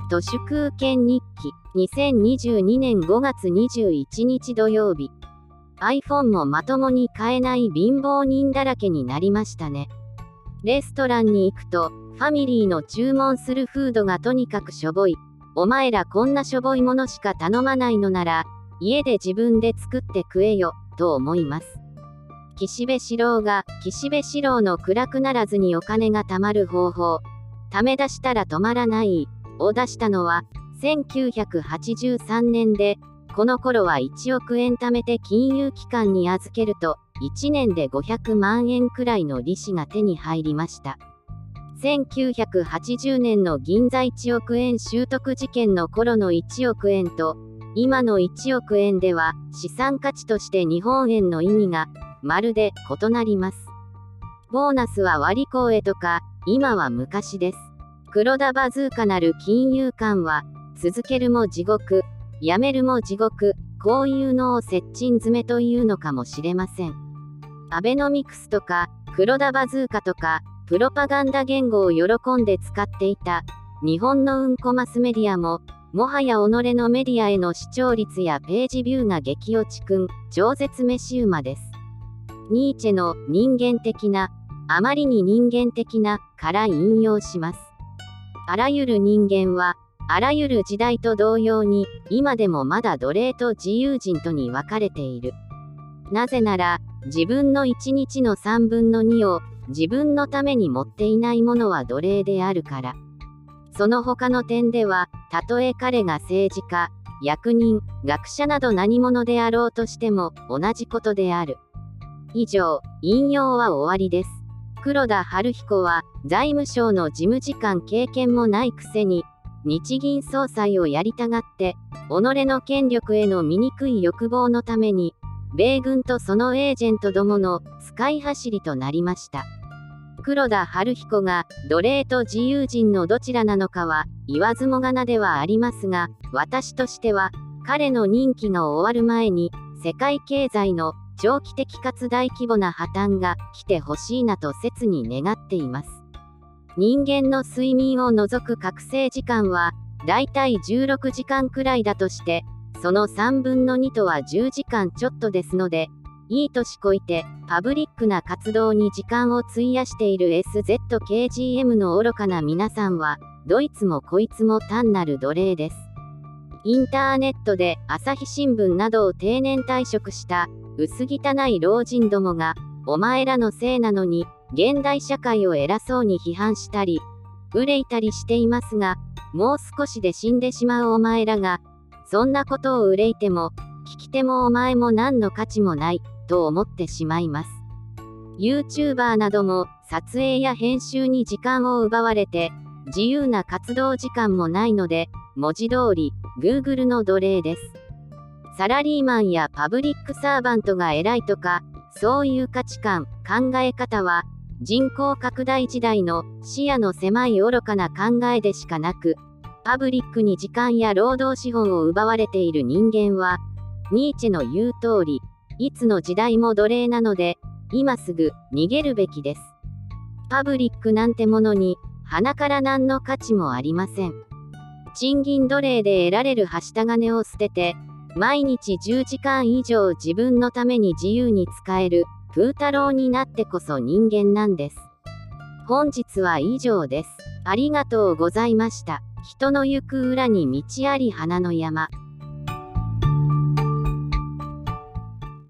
都市空間日記2022年5月21日土曜日。 iPhone もまともに買えない貧乏人だらけになりましたね。レストランに行くとファミリーの注文するフードがとにかくしょぼい。お前らこんなしょぼいものしか頼まないのなら家で自分で作って食えよと思います。岸辺四郎が岸辺四郎の暗くならずにお金が貯まる方法、ため出したら止まらないを出したのは1983年で、この頃は1億円貯めて金融機関に預けると1年で500万円くらいの利子が手に入りました。1980年の銀座1億円拾得事件の頃の1億円と今の1億円では資産価値として日本円の意味がまるで異なります。ボーナスは割り公へとか今は昔です。黒田バズーカなる金融緩和、続けるも地獄、やめるも地獄、こういうのを接近詰めというのかもしれません。アベノミクスとか黒田バズーカとかプロパガンダ言語を喜んで使っていた日本のうんこマスメディアももはや己のメディアへの視聴率やページビューが激落ちくん、超絶飯馬です。ニーチェの人間的な、あまりに人間的なから引用します。あらゆる人間はあらゆる時代と同様に今でもまだ奴隷と自由人とに分かれている。なぜなら自分の1日の3分の2を自分のために持っていないものは奴隷であるから。その他の点ではたとえ彼が政治家、役人、学者など何者であろうとしても同じことである。以上、引用は終わりです。黒田晴彦は財務省の事務次官経験もないくせに日銀総裁をやりたがって己の権力への醜い欲望のために米軍とそのエージェントどもの使い走りとなりました。黒田晴彦が奴隷と自由人のどちらなのかは言わずもがなではありますが、私としては彼の任期が終わる前に世界経済の長期的かつ大規模な破綻が来てほしいなと切に願っています。人間の睡眠を除く覚醒時間はだいたい16時間くらいだとして、その3分の2とは10時間ちょっとですので、いい年こいてパブリックな活動に時間を費やしている SZKGM の愚かな皆さんはどいつもこいつも単なる奴隷です。インターネットで朝日新聞などを定年退職した薄汚い老人どもがお前らのせいなのに現代社会を偉そうに批判したり憂いたりしていますが、もう少しで死んでしまうお前らがそんなことを憂いても聞き手もお前も何の価値もないと思ってしまいます。 YouTuber なども撮影や編集に時間を奪われて自由な活動時間もないので、文字通り Google の奴隷です。サラリーマンやパブリックサーバントが偉いとかそういう価値観、考え方は人口拡大時代の視野の狭い愚かな考えでしかなく、パブリックに時間や労働資本を奪われている人間はニーチェの言う通りいつの時代も奴隷なので今すぐ逃げるべきです。パブリックなんてものに鼻から何の価値もありません。賃金奴隷で得られるはした金を捨てて毎日10時間以上自分のために自由に使えるプー太郎になってこそ人間なんです。本日は以上です。ありがとうございました。人の行く裏に道あり花の山。